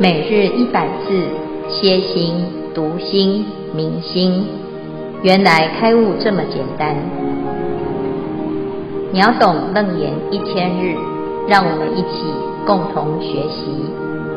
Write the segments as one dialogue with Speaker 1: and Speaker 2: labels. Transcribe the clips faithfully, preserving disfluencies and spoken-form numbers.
Speaker 1: 每日一百字，歇心、读心、明心，原来开悟这么简单。秒懂楞严一千日，让我们一起共同学习。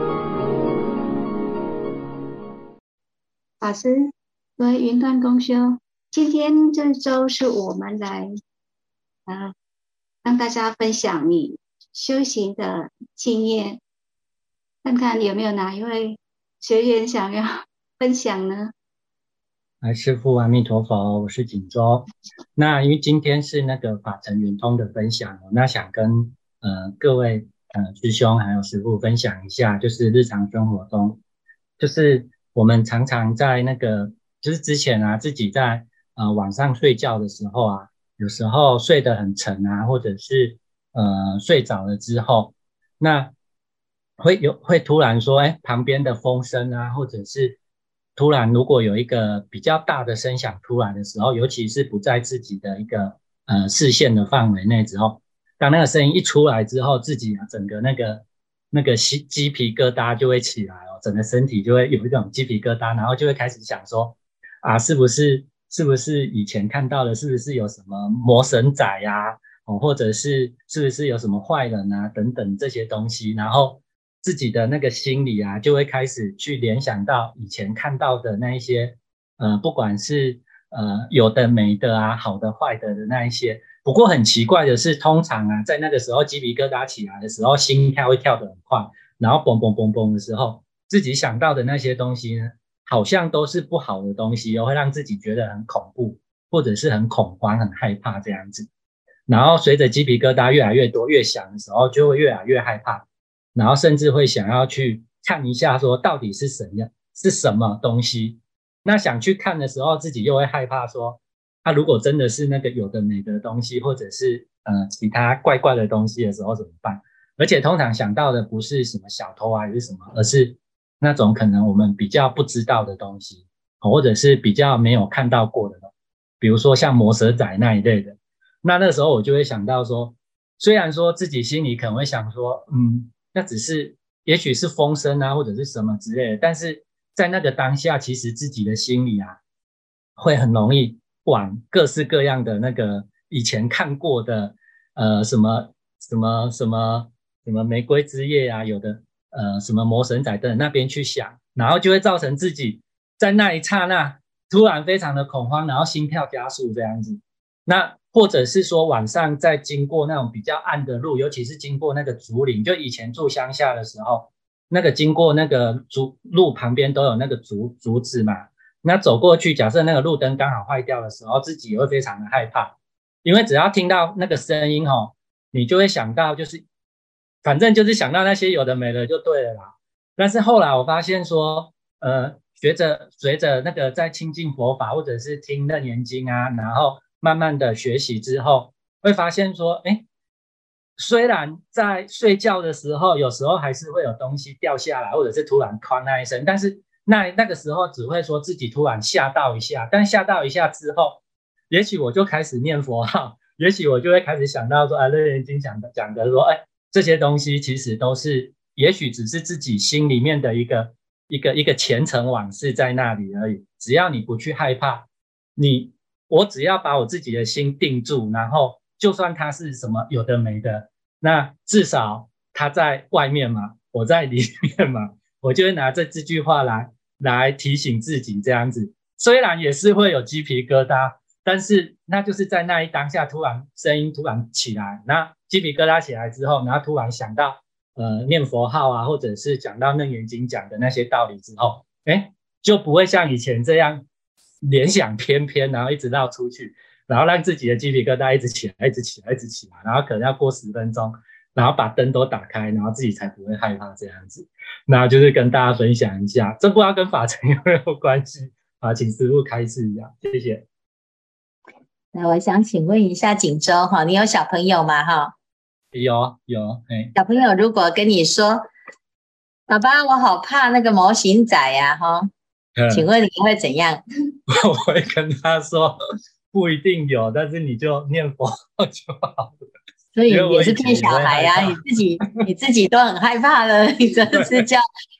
Speaker 2: 法师，各位云端公修，今天这周是我们来呃让大家分享你修行的经验，看看有没有哪一位学员想要分享呢？
Speaker 3: 来，师父阿弥陀佛，我是锦州。那因为今天是那个法尘圆通的分享，那想跟呃各位呃师兄还有师父分享一下，就是日常生活中，就是我们常常在那个就是之前啊自己在呃晚上睡觉的时候啊，有时候睡得很沉啊，或者是呃睡着了之后，那会有会突然说，哎，旁边的风声啊，或者是突然如果有一个比较大的声响出来的时候，尤其是不在自己的一个呃视线的范围内之后，当那个声音一出来之后，自己啊整个那个那个鸡鸡皮疙瘩就会起来哦，整个身体就会有一种鸡皮疙瘩，然后就会开始想说啊，是不是是不是以前看到的，是不是有什么魔神仔呀、啊哦，或者是是不是有什么坏人啊等等这些东西，然后自己的那个心里啊，就会开始去联想到以前看到的那一些，呃，不管是呃有的没的啊，好的坏的的那一些。不过很奇怪的是，通常啊，在那个时候鸡皮疙瘩起来的时候，心跳会跳得很快，然后嘣嘣嘣嘣的时候，自己想到的那些东西呢，好像都是不好的东西哦，会让自己觉得很恐怖，或者是很恐慌、很害怕这样子。然后随着鸡皮疙瘩越来越多、越响的时候，就会越来越害怕。然后甚至会想要去看一下说到底是什么是什么东西，那想去看的时候自己又会害怕说，他、啊、如果真的是那个有的没的东西，或者是呃其他怪怪的东西的时候怎么办？而且通常想到的不是什么小偷啊还是什么，而是那种可能我们比较不知道的东西，或者是比较没有看到过的，比如说像魔蛇仔那一类的。那那时候我就会想到说，虽然说自己心里可能会想说嗯那只是也许是风声啊或者是什么之类的，但是在那个当下其实自己的心里啊会很容易往各式各样的那个以前看过的呃什么什么什么什么玫瑰之夜啊，有的呃什么魔神仔的那边去想，然后就会造成自己在那一刹那突然非常的恐慌，然后心跳加速这样子。那或者是说晚上在经过那种比较暗的路，尤其是经过那个竹林，就以前住乡下的时候，那个经过那个竹路旁边都有那个竹竹子嘛，那走过去，假设那个路灯刚好坏掉的时候，自己也会非常的害怕，因为只要听到那个声音哦，你就会想到就是反正就是想到那些有的没的就对了啦。但是后来我发现说呃学着随着那个在亲近佛法或者是听楞严经啊，然后慢慢的学习之后，会发现说，哎，虽然在睡觉的时候，有时候还是会有东西掉下来，或者是突然哐那一声，但是那那个时候只会说自己突然吓到一下，但吓到一下之后，也许我就开始念佛号，也许我就会开始想到说，啊，楞严经讲的讲的说，哎，这些东西其实都是，也许只是自己心里面的一个一个一个前尘往事在那里而已，只要你不去害怕，你。我只要把我自己的心定住，然后就算它是什么有的没的，那至少它在外面嘛，我在里面嘛，我就会拿这这句话来来提醒自己这样子。虽然也是会有鸡皮疙瘩，但是那就是在那一当下突然声音突然起来，那鸡皮疙瘩起来之后，然后突然想到呃念佛号啊，或者是讲到楞严经讲的那些道理之后，哎，就不会像以前这样联想翩翩，然后一直绕出去，然后让自己的鸡皮疙瘩一直起来，一直起来，一直起来，然后可能要过十分钟，然后把灯都打开，然后自己才不会害怕这样子。那就是跟大家分享一下，这不知道跟法尘有没有关系啊？请师父开示一下，谢谢。
Speaker 1: 那我想请问一下锦州哈，你有小朋友吗哈？
Speaker 3: 有有，哎，
Speaker 1: 小朋友如果跟你说，爸爸，我好怕那个模型仔呀、啊、哈。请问你会怎样？
Speaker 3: 我会跟他说不一定有，但是你就念佛就好了。
Speaker 1: 所以也是骗小孩呀、啊，你自己你自己都很害怕了，你真的是叫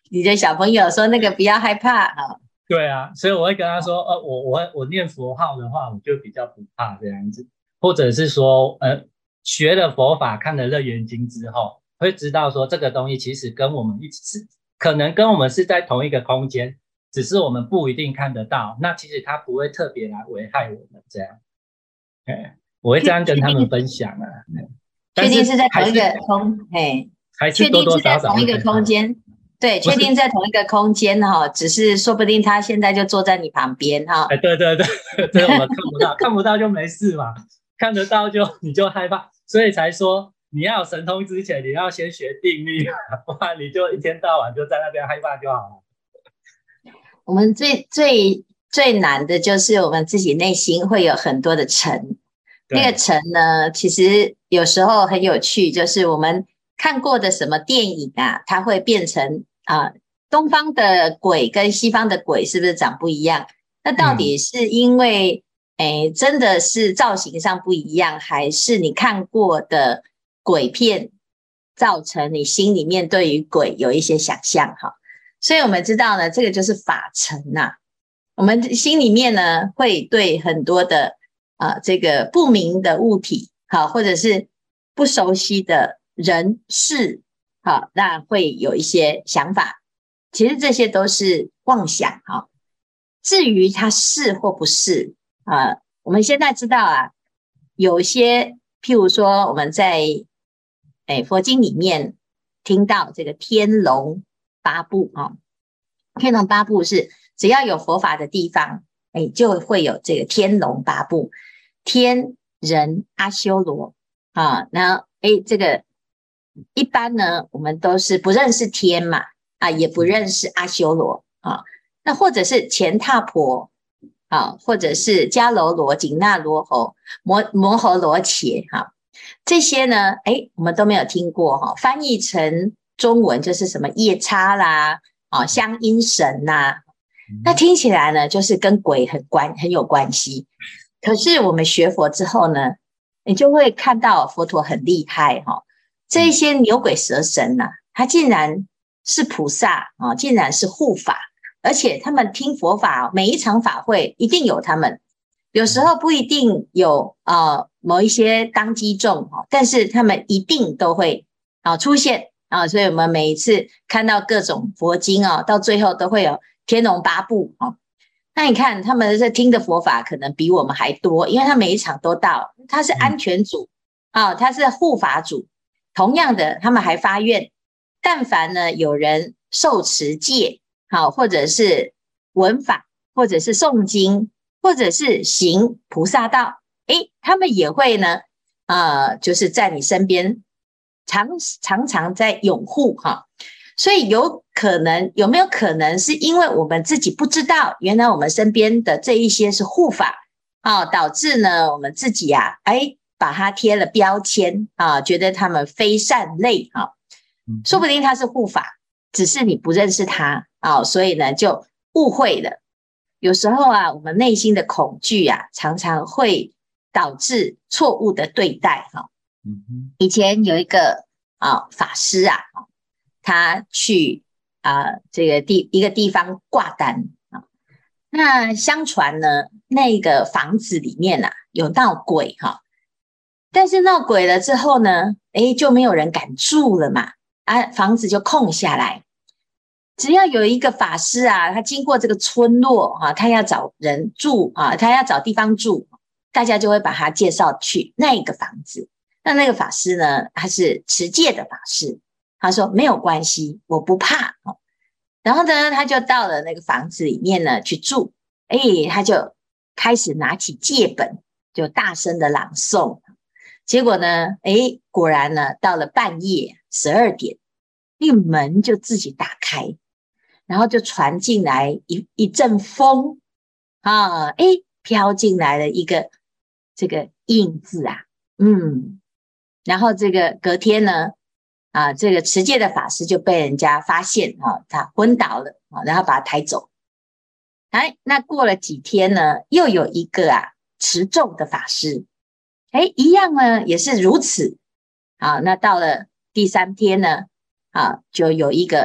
Speaker 4: 你的小朋友说那个不要害怕啊。
Speaker 3: 对啊，所以我会跟他说，呃，我我我念佛号的话，我就比较不怕这样子，或者是说，呃，学了佛法，看了《楞严经》之后，会知道说这个东西其实跟我们一起是可能跟我们是在同一个空间，只是我们不一定看得到。那其实它不会特别来危害我们这样。哎，我会这样跟他们分享啊。
Speaker 4: 确定是在同一个空，哎，
Speaker 3: 还是多多少少
Speaker 4: 同一个空间。对，确定在同一个空间哈，只是说不定他现在就坐在你旁边哈。
Speaker 3: 哎，对对对，这我们看不到，看不到就没事嘛，看得到就你就害怕，所以才说你要有神通之前，你要先学定力，不然你就一天到晚就在那边害怕就好了。
Speaker 4: 我们最最最难的就是我们自己内心会有很多的尘，那个尘呢，其实有时候很有趣，就是我们看过的什么电影啊，它会变成啊、呃，东方的鬼跟西方的鬼是不是长不一样？那到底是因为诶、嗯、真的是造型上不一样，还是你看过的鬼片造成你心里面对于鬼有一些想象哈？所以我们知道呢，这个就是法尘呐、啊。我们心里面呢会对很多的啊、呃、这个不明的物体好，或者是不熟悉的人事好，那会有一些想法。其实这些都是妄想哈。至于它是或不是啊，我们现在知道啊，有些譬如说我们在哎佛经里面听到这个天龙八部啊，天龙八部是只要有佛法的地方，哎就会有这个天龙八部，天人阿修罗啊，然后哎这个一般呢我们都是不认识天嘛啊，也不认识阿修罗啊，那或者是乾闼婆啊，或者是迦楼罗、紧那罗侯、摩摩诃罗伽哈，这些呢哎我们都没有听过哈，翻译成中文就是什么夜叉啦啊，香音神呐、啊，那听起来呢就是跟鬼很关很有关系。可是我们学佛之后呢，你就会看到佛陀很厉害哈、哦，这些牛鬼蛇神呐、啊，他竟然是菩萨啊，竟然是护法，而且他们听佛法，每一场法会一定有他们，有时候不一定有呃某一些当机众哈，但是他们一定都会啊出现啊，所以我们每一次看到各种佛经啊，到最后都会有天龙八部啊。那你看他们在听的佛法可能比我们还多，因为他每一场都到，他是安全组啊，他是护法组。同样的，他们还发愿，但凡呢有人受持戒，好，或者是闻法，或者是诵经，或者是行菩萨道，诶，他们也会呢，呃，就是在你身边常常常在拥护哈。所以有可能有没有可能是因为我们自己不知道，原来我们身边的这一些是护法啊，导致呢我们自己啊，哎，把它贴了标签啊，觉得他们非善类啊，说不定他是护法，只是你不认识他啊，所以呢就误会了。有时候啊，我们内心的恐惧啊，常常会导致错误的对待哈。以前有一个啊法师啊。他去啊、呃、这个地一个地方挂单啊，那相传呢，那个房子里面啊有闹鬼哈，但是闹鬼了之后呢，诶就没有人敢住了嘛，啊房子就空下来。只要有一个法师啊，他经过这个村落啊，他要找人住啊，他要找地方住，大家就会把他介绍去那个房子。那那个法师呢，他是持戒的法师。他说没有关系，我不怕。然后呢，他就到了那个房子里面呢去住。哎，他就开始拿起戒本，就大声的朗诵。结果呢，哎，果然呢，到了半夜十二点，那个门就自己打开，然后就传进来一一阵风啊，哎，飘进来了一个这个影子啊，嗯，然后这个隔天呢。啊，这个持戒的法师就被人家发现啊，他昏倒了啊，然后把他抬走。哎，那过了几天呢，又有一个啊持咒的法师，哎，一样呢也是如此。啊，那到了第三天呢，啊，就有一个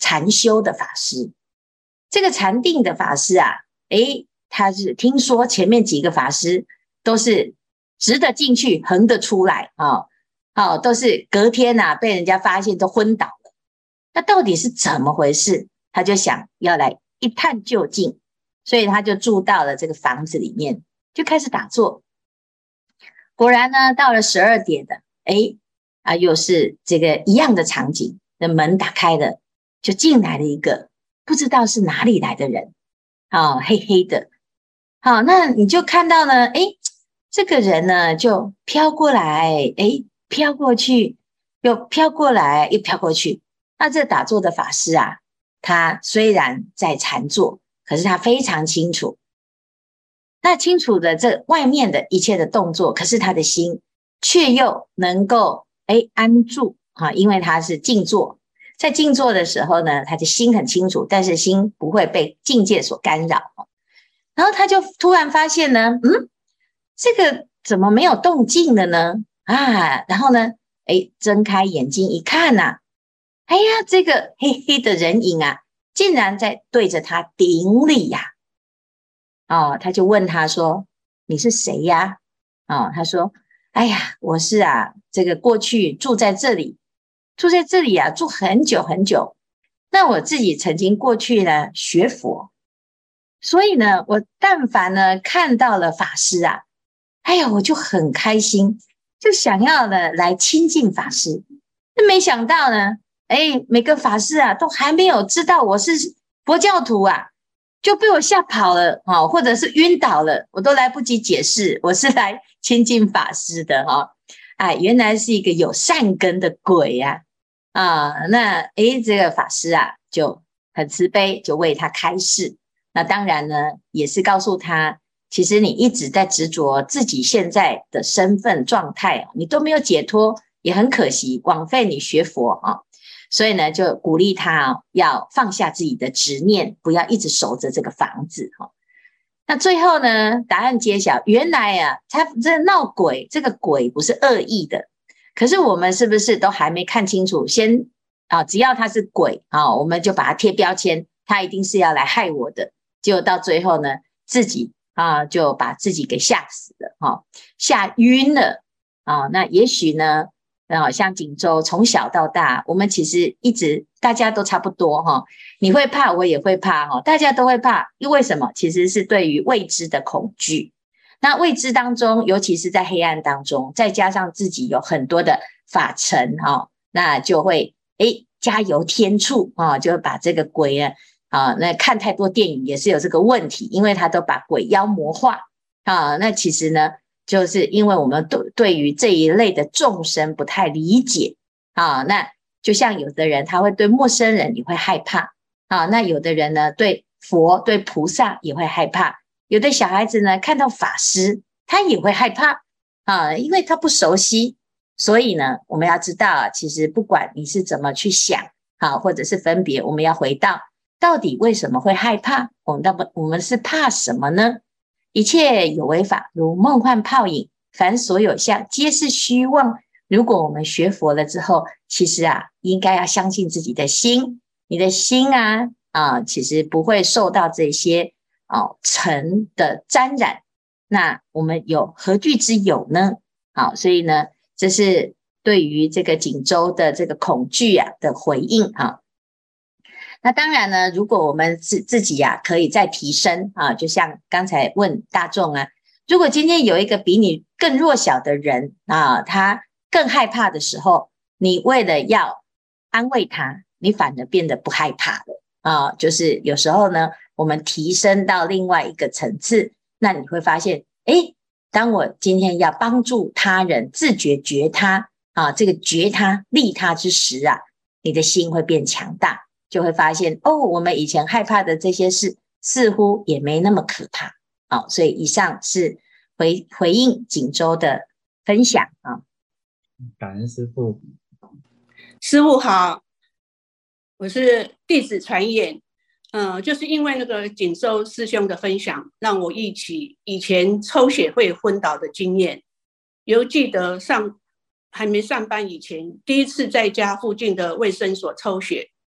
Speaker 4: 禅修的法师。这个禅定的法师啊，诶，他是听说前面几个法师都是直的进去，横的出来啊，哦，都是隔天啊被人家发现都昏倒了。那到底是怎么回事？他就想要来一探究竟，所以他就住到了这个房子里面，就开始打坐。果然呢，到了十二点的，诶啊，又是这个一样的场景，那门打开了，就进来了一个不知道是哪里来的人，啊、哦，黑黑的。好，那你就看到呢，诶，这个人呢就飘过来，诶，飘过去，又飘过来，又飘过去。那这打坐的法师啊，他虽然在禅坐，可是他非常清楚，那清楚的这外面的一切的动作，可是他的心却又能够诶安住啊，因为他是静坐。在静坐的时候呢，他的心很清楚，但是心不会被境界所干扰。然后他就突然发现呢，嗯，这个怎么没有动静了呢？啊，然后呢，哎，睁开眼睛一看啊，哎呀，这个黑黑的人影啊，竟然在对着他顶礼呀！哦，他就问他说：“你是谁呀？”哦，他说：“哎呀，我是啊，这个过去住在这里。”住在这里啊，住很久很久。那我自己曾经过去呢学佛，所以呢，我但凡呢看到了法师啊，哎呀，我就很开心，就想要呢来亲近法师。那没想到呢，哎，每个法师啊都还没有知道我是佛教徒啊，就被我吓跑了哈、哦，或者是晕倒了，我都来不及解释，我是来亲近法师的哈、哦。哎，原来是一个有善根的鬼呀！啊，啊，那诶，这个法师啊就很慈悲，就为他开示。那当然呢，也是告诉他，其实你一直在执着自己现在的身份状态，你都没有解脱，也很可惜，枉费你学佛啊。所以呢，就鼓励他啊，要放下自己的执念，不要一直守着这个房子哈。那最后呢，答案揭晓，原来啊，他这闹鬼，这个鬼不是恶意的，可是我们是不是都还没看清楚？先啊，只要他是鬼啊，我们就把他贴标签，他一定是要来害我的。结果到最后呢，自己啊就把自己给吓死了，哈、啊，吓晕了啊。那也许呢，啊，像锦州从小到大，我们其实一直大家都差不多哈、啊。你会怕，我也会怕哈，大家都会怕，因为什么？其实是对于未知的恐惧。那未知当中，尤其是在黑暗当中，再加上自己有很多的法尘哈，那就会诶加油添醋啊，就会把这个鬼啊啊，那看太多电影也是有这个问题，因为他都把鬼妖魔化啊。那其实呢，就是因为我们对对于这一类的众生不太理解啊。那就像有的人他会对陌生人也会害怕。啊，那有的人呢，对佛、对菩萨也会害怕；有的小孩子呢，看到法师，他也会害怕啊，因为他不熟悉。所以呢，我们要知道啊，其实不管你是怎么去想，啊，或者是分别，我们要回到到底为什么会害怕？我们到不，我们是怕什么呢？一切有为法，如梦幻泡影，凡所有相，皆是虚妄。如果我们学佛了之后，其实啊，应该要相信自己的心。你的心啊啊，其实不会受到这些哦尘的沾染。那我们有何惧之有呢？好，所以呢，这是对于这个锦州的这个恐惧啊的回应啊。那当然呢，如果我们自自己呀、啊、可以再提升啊，就像刚才问大众啊，如果今天有一个比你更弱小的人啊，他更害怕的时候，你为了要安慰他，你反而变得不害怕了啊！就是有时候呢，我们提升到另外一个层次，那你会发现，诶，当我今天要帮助他人自觉觉他啊，这个觉他利他之时啊，你的心会变强大，就会发现哦，我们以前害怕的这些事似乎也没那么可怕啊！所以以上是回回应锦州的分享啊。
Speaker 3: 感恩师父。
Speaker 5: 师父好。我是弟子传言，嗯、呃，就是因为那个锦州师兄的分享，让我忆起以前抽血会昏倒的经验。犹记得上还没上班以前，第一次在家附近的卫生所抽血，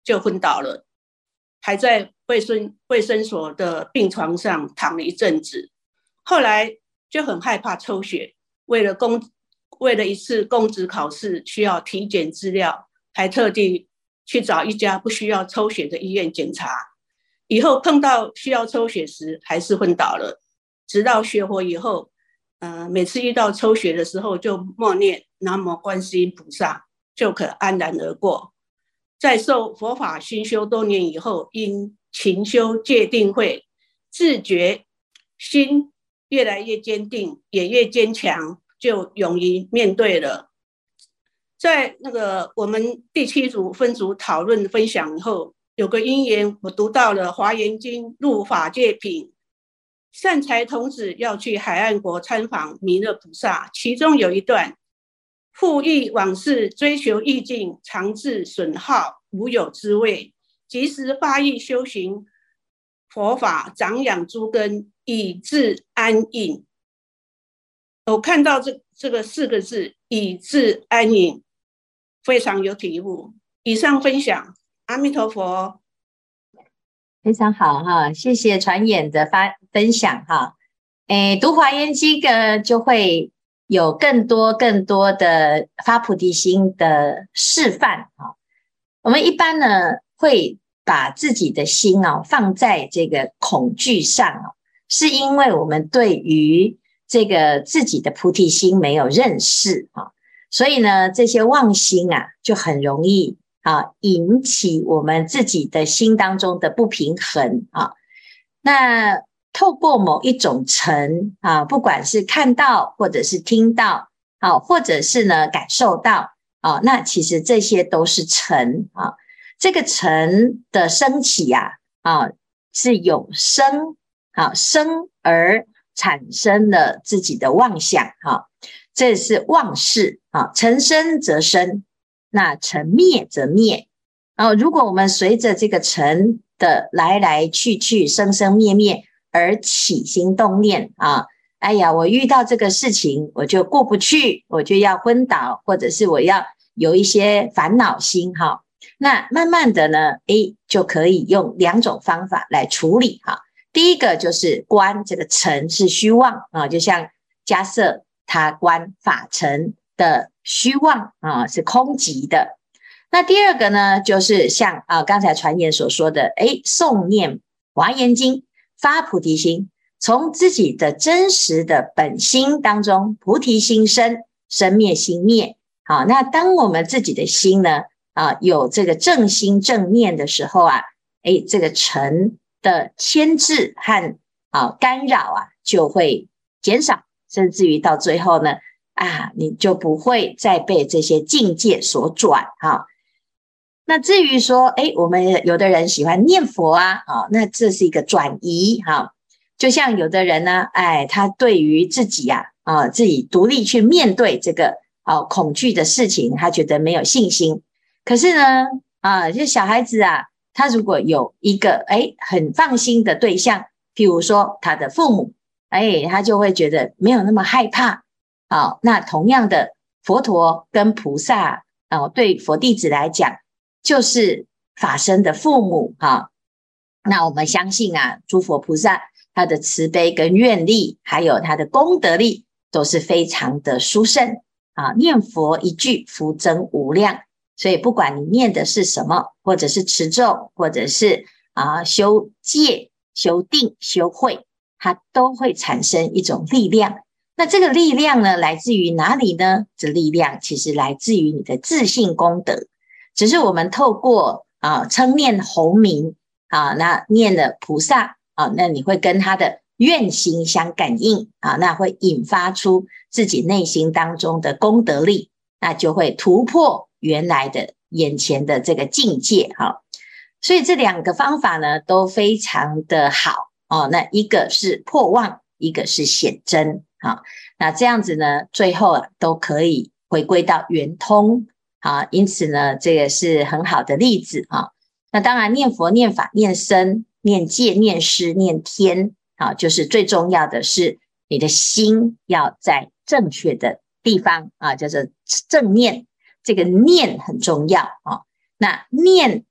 Speaker 5: 就昏倒了，还在卫生卫生所的病床上躺了一阵子。后来就很害怕抽血，为了公为了一次公职考试需要体检资料，还特地去找一家不需要抽血的医院检查。以后碰到需要抽血时还是昏倒了，直到学佛以后，呃，每次遇到抽血的时候就默念南无观世音菩萨，就可安然而过。在受佛法熏修多年以后，因勤修戒定慧，自觉心越来越坚定，也越坚强，就勇于面对了。在那个我们第七组分组讨论分享以后，有个因缘，我读到了《华严经》入法界品，善财童子要去海岸国参访弥勒菩萨，其中有一段：复忆往事，追求意境，常自损耗，无有滋味。即时发意修行佛法，长养诸根，以至安隐。我看到这这个四个字，以至安隐，非常有体悟。以上分享，阿弥陀佛。
Speaker 4: 非常好哈，谢谢传演的发分享哈。诶，读华严经呢，就会有更多更多的发菩提心的示范哈。我们一般呢会把自己的心啊放在这个恐惧上啊，是因为我们对于这个自己的菩提心没有认识啊，所以呢这些妄心啊就很容易啊引起我们自己的心当中的不平衡啊。那透过某一种尘啊，不管是看到或者是听到啊，或者是呢感受到啊，那其实这些都是尘啊。这个尘的升起啊啊是有生啊，生而产生了自己的妄想啊，这是妄事啊。尘生则生，那尘灭则灭啊。如果我们随着这个尘的来来去去、生生灭灭而起心动念啊，哎呀，我遇到这个事情我就过不去，我就要昏倒，或者是我要有一些烦恼心哈。那慢慢的呢，诶，就可以用两种方法来处理哈。第一个就是观这个尘是虚妄啊，就像迦叶他观法尘的虚妄啊，是空寂的。那第二个呢，就是像啊刚才传言所说的，诶，诵念华严经，发菩提心，从自己的真实的本心当中，菩提心生，生灭心灭。好，那当我们自己的心呢啊有这个正心正念的时候啊，诶，这个尘的牵制和啊干扰啊就会减少，甚至于到最后呢啊你就不会再被这些境界所转哈。那至于说诶我们有的人喜欢念佛啊，啊那这是一个转移哈。就像有的人呢，哎他对于自己啊啊自己独立去面对这个啊恐惧的事情，他觉得没有信心。可是呢啊就小孩子啊，他如果有一个哎很放心的对象，譬如说他的父母，哎他就会觉得没有那么害怕。好，那同样的佛陀跟菩萨啊，对佛弟子来讲就是法身的父母啊。那我们相信啊，诸佛菩萨他的慈悲跟愿力，还有他的功德力都是非常的殊胜啊。念佛一句，福增无量。所以不管你念的是什么，或者是持咒，或者是啊修戒、修定、修慧，它都会产生一种力量。那这个力量呢，来自于哪里呢？这力量其实来自于你的自信功德，只是我们透过啊称念洪名啊，那念了菩萨啊，那你会跟他的愿心相感应啊，那会引发出自己内心当中的功德力，那就会突破原来的眼前的这个境界哈。所以这两个方法呢都非常的好哦。那一个是破妄，一个是显真啊。那这样子呢，最后啊都可以回归到圆通啊。因此呢，这个是很好的例子啊。那当然，念佛、念法、念僧、念戒、念师、念天啊，就是最重要的是你的心要在正确的地方啊，叫做正念。这个念很重要啊。那念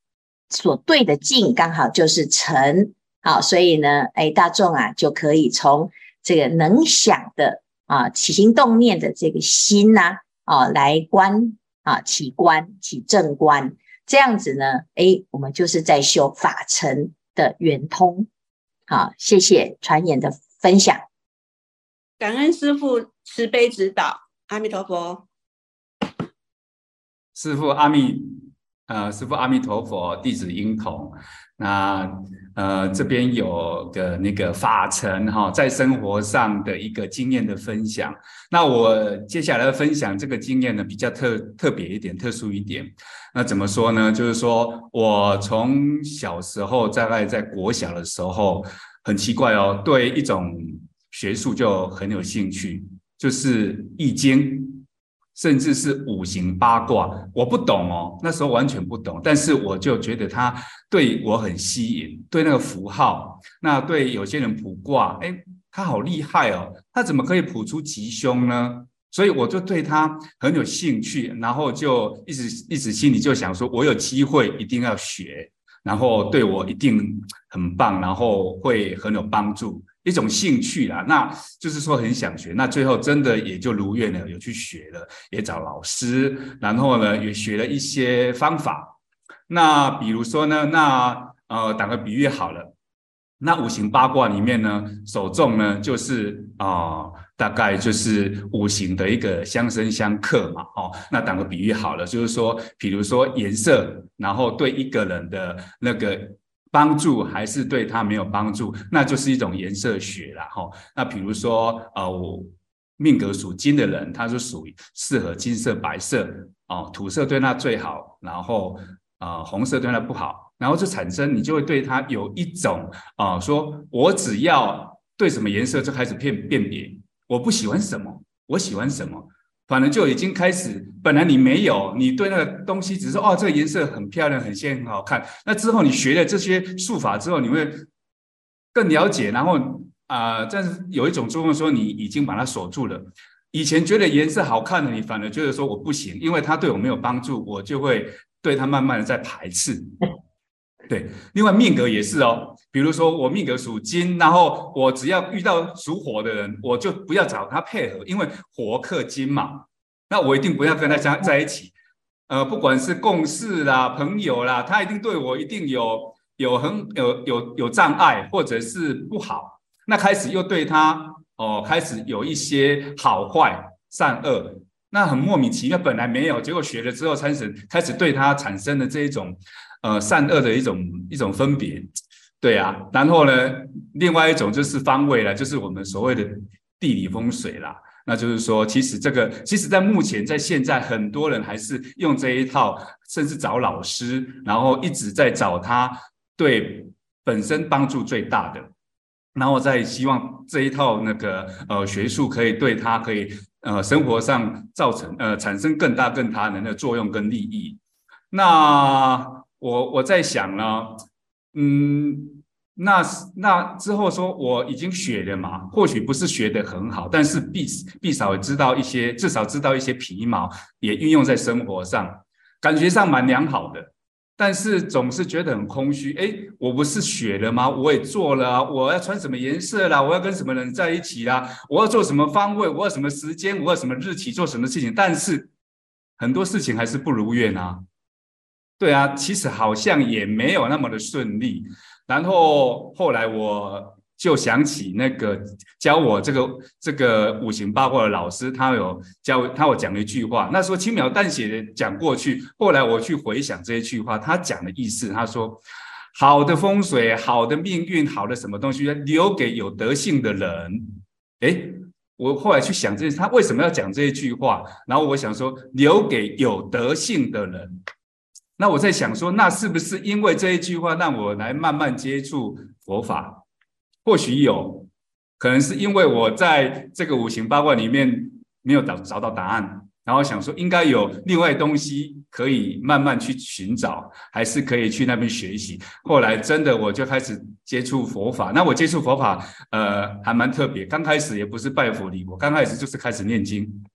Speaker 4: 所对的境刚好就是诚，好，所以呢，哎，大众啊就可以从这个能想的啊起心动念的这个心呐、啊，啊来观啊起观起正观，这样子呢，哎，我们就是在修法尘的圆通。好，谢谢传言的分享，
Speaker 5: 感恩师父慈悲指导，阿弥陀佛。
Speaker 6: 师父阿弥，呃，师父阿弥陀佛，弟子婴童。那呃，这边有个那个法尘哈，在生活上的一个经验的分享。那我接下来的分享这个经验呢，比较特特别一点，特殊一点。那怎么说呢？就是说我从小时候，大概在国小的时候，很奇怪哦，对一种学术就很有兴趣，就是易经。甚至是五行八卦，我不懂哦，那时候完全不懂，但是我就觉得它对我很吸引，对那个符号，那对有些人卜卦，哎，他好厉害哦，他怎么可以卜出吉凶呢？所以我就对他很有兴趣，然后就一直一直心里就想说，我有机会一定要学，然后对我一定很棒，然后会很有帮助。一种兴趣啦，那就是说很想学，那最后真的也就如愿了，有去学了，也找老师，然后呢也学了一些方法。那比如说呢，那呃打个比喻好了，那五行八卦里面呢，首重呢就是啊、呃，大概就是五行的一个相生相克嘛，哦，那打个比喻好了，就是说，比如说颜色，然后对一个人的那个帮助还是对他没有帮助，那就是一种颜色学啦。齁。那比如说呃，我命格属金的人，他是属于适合金色白色哦，土色对他最好，然后呃红色对他不好，然后就产生你就会对他有一种啊、呃，说我只要对什么颜色就开始辨辨别，我不喜欢什么，我喜欢什么。反正就已经开始，本来你没有，你对那个东西只是哦，这个颜色很漂亮，很鲜，很好看。那之后你学了这些术法之后，你会更了解，然后啊、呃，但是有一种作用说，你已经把它锁住了。以前觉得颜色好看的，你反而觉得说我不行，因为它对我没有帮助，我就会对它慢慢的在排斥。对，另外命格也是哦，比如说我命格属金，然后我只要遇到属火的人，我就不要找他配合，因为火克金嘛，那我一定不要跟他在一起。呃，不管是共事啦、朋友啦，他一定对我一定有有很有有有障碍，或者是不好。那开始又对他哦，开始有一些好坏善恶，那很莫名其妙，本来没有，结果学了之后，开始开始对他产生了这一种。呃，善恶的一种一种分别，对啊，然后呢，另外一种就是方位啦，就是我们所谓的地理风水啦。那就是说，其实这个，其实在目前，在现在，很多人还是用这一套，甚至找老师，然后一直在找他对本身帮助最大的，然后再希望这一套那个呃学术可以对他可以呃生活上造成呃产生更大更大的那个作用跟利益。那我我在想呢，嗯，那那之后说我已经学了嘛，或许不是学得很好，但是必必少知道一些，至少知道一些皮毛，也运用在生活上，感觉上蛮良好的。但是总是觉得很空虚，哎，我不是学了吗？我也做了啊，我要穿什么颜色啦，我要跟什么人在一起啦，我要做什么方位，我要什么时间，我要什么日期做什么事情，但是很多事情还是不如愿啊。对啊，其实好像也没有那么的顺利。然后后来我就想起那个教我这个这个五行八卦的老师，他有教他有讲了一句话，那时候轻描淡写的讲过去。后来我去回想这一句话，他讲的意思，他说好的风水、好的命运、好的什么东西留给有德性的人。诶，我后来去想这他为什么要讲这一句话，然后我想说留给有德性的人。那我在想说，那是不是因为这一句话让我来慢慢接触佛法？或许有，可能是因为我在这个五行八卦里面没有找找到答案，然后想说应该有另外东西可以慢慢去寻找，还是可以去那边学习。后来真的我就开始接触佛法。那我接触佛法，呃，还蛮特别。刚开始也不是拜佛礼，我刚开始就是开始念经。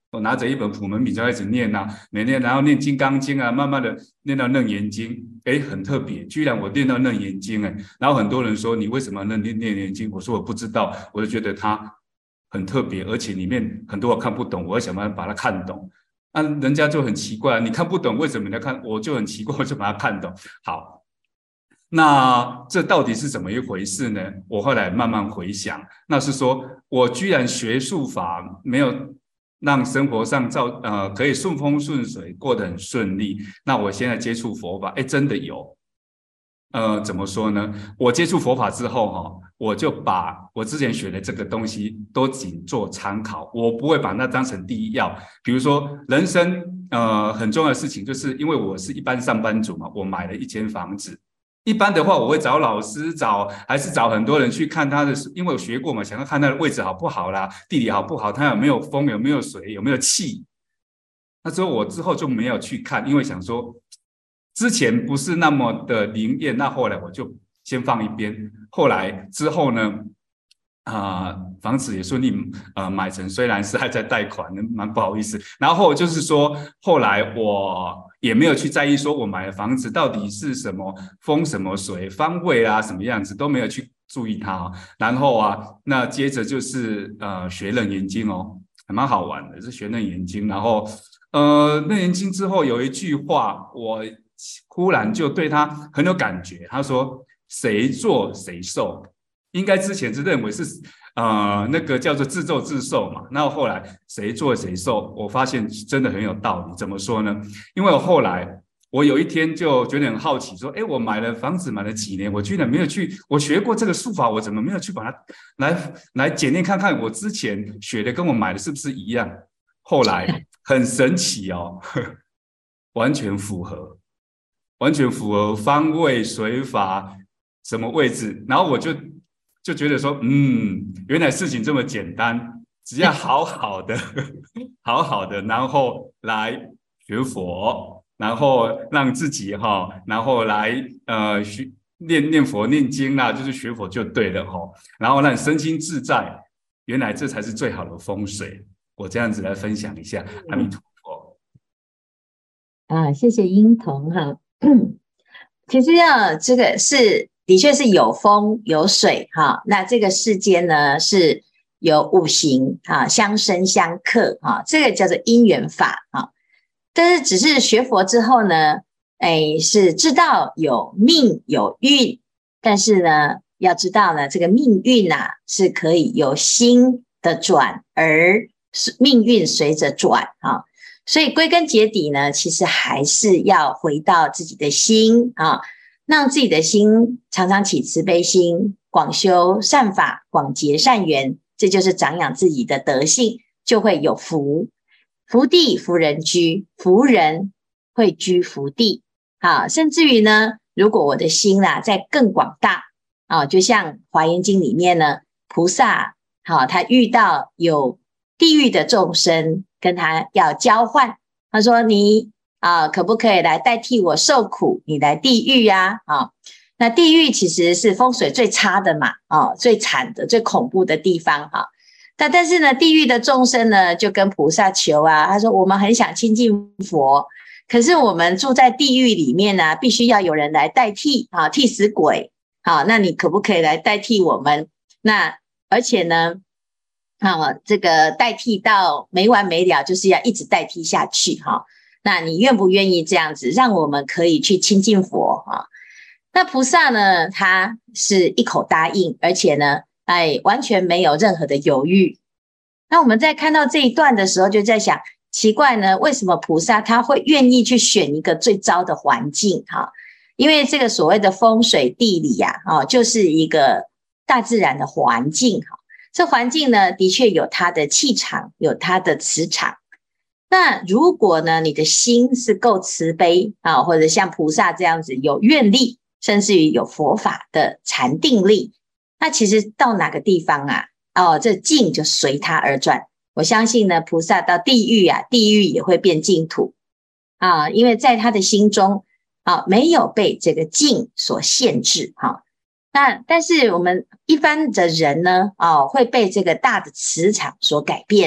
Speaker 6: 我拿着一本普门品就开始念啊，每天然后念金刚经啊，慢慢的念到楞严经，哎，很特别，居然我念到楞严经哎，然后很多人说你为什么念念楞严经？我说我不知道，我就觉得它很特别，而且里面很多我看不懂，我要想办法把它看懂。啊，人家就很奇怪，你看不懂为什么你要看？我就很奇怪，我就把它看懂。好，那这到底是怎么一回事呢？我后来慢慢回想，那是说我居然学术法没有让生活上造呃可以顺风顺水，过得很顺利。那我现在接触佛法，哎，真的有。呃，怎么说呢？我接触佛法之后，哈，我就把我之前学的这个东西都仅做参考，我不会把它当成第一要。比如说，人生呃很重要的事情，就是因为我是一般上班族嘛，我买了一间房子。一般的话，我会找老师，找还是找很多人去看他的，因为我学过嘛，想要看他的位置好不好啦，地理好不好，他有没有风，有没有水，有没有气。那之后我之后就没有去看，因为想说之前不是那么的灵验，那后来我就先放一边。后来之后呢，啊、呃，房子也顺利呃买成，虽然是还在贷款，蛮不好意思。然后就是说，后来我也没有去在意，说我买的房子到底是什么风什么水方位啊，什么样子都没有去注意它、哦。然后啊，那接着就是呃学楞严经哦，还蛮好玩的，是学楞严经。然后呃楞严经之后有一句话，我忽然就对他很有感觉。他说：“谁做谁受。”应该之前是认为是呃那个叫做自作自受嘛。那后来谁做谁受，我发现真的很有道理。怎么说呢？因为我后来我有一天就觉得很好奇，说：“哎，我买了房子买了几年，我居然没有去，我学过这个术法，我怎么没有去把它来来检验看看，我之前学的跟我买的是不是一样？”后来很神奇哦，呵呵完全符合。完全符合方位水法什么位置，然后我就就觉得说，嗯，原来事情这么简单，只要好好的好好的，然后来学佛，然后让自己哈，然后来呃学念念佛念经啦、啊，就是学佛就对了哈，然后让你身心自在，原来这才是最好的风水。我这样子来分享一下，阿弥陀佛。
Speaker 4: 啊，谢谢英童哈。其实啊，这个是的确是有风有水哈。那这个世间呢是有五行啊，相生相克啊，这个叫做因缘法啊。但是只是学佛之后呢，哎，是知道有命有运，但是呢，要知道呢，这个命运啊是可以由心的转，而命运随着转啊。所以归根结底呢，其实还是要回到自己的心啊，让自己的心常常起慈悲心，广修善法，广结善缘，这就是长养自己的德性，就会有福。福地福人居，福人会居福地啊。甚至于呢，如果我的心啊再更广大啊，就像华严经里面呢，菩萨好、啊，他遇到有地狱的众生，跟他要交换，他说你啊，可不可以来代替我受苦？你来地狱啊！啊，那地狱其实是风水最差的嘛，啊，最惨的、最恐怖的地方哈。但但是呢，地狱的众生呢，就跟菩萨求啊，他说我们很想亲近佛，可是我们住在地狱里面呢、啊，必须要有人来代替啊，替死鬼。好，那你可不可以来代替我们？那而且呢？啊，这个代替到没完没了，就是要一直代替下去哈。那你愿不愿意这样子，让我们可以去亲近佛啊？那菩萨呢，他是一口答应，而且呢，哎，完全没有任何的犹豫。那我们在看到这一段的时候，就在想，奇怪呢，为什么菩萨他会愿意去选一个最糟的环境哈？因为这个所谓的风水地理呀、啊，哦，就是一个大自然的环境哈。这环境呢，的确有它的气场，有它的磁场。那如果呢，你的心是够慈悲啊，或者像菩萨这样子有愿力，甚至于有佛法的禅定力，那其实到哪个地方啊，哦，这境就随它而转。我相信呢，菩萨到地狱啊，地狱也会变净土啊，因为在他的心中啊，没有被这个境所限制哈。啊那但是我们一般的人呢，哦，会被这个大的磁场所改变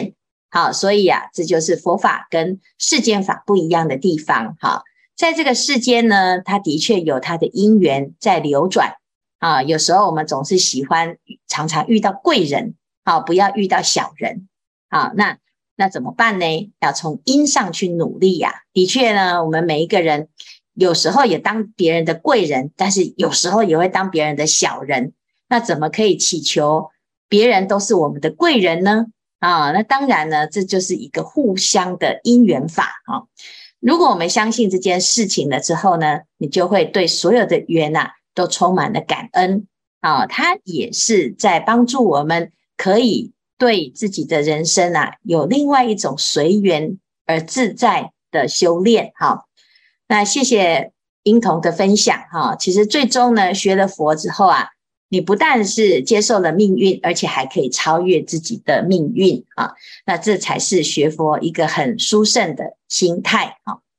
Speaker 4: 好，所以啊，这就是佛法跟世间法不一样的地方。好，在这个世间呢，它的确有它的因缘在流转啊。有时候我们总是喜欢常常遇到贵人，好，不要遇到小人。好，那那怎么办呢？要从因上去努力呀、啊。的确呢，我们每一个人有时候也当别人的贵人，但是有时候也会当别人的小人。那怎么可以祈求别人都是我们的贵人呢？啊，那当然呢，这就是一个互相的因缘法啊。如果我们相信这件事情了之后呢，你就会对所有的缘啊都充满了感恩啊。它也是在帮助我们可以对自己的人生啊有另外一种随缘而自在的修炼。好，那谢谢英童的分享哈。其实最终呢，学了佛之后啊，你不但是接受了命运，而且还可以超越自己的命运啊！那这才是学佛一个很殊胜的心态啊！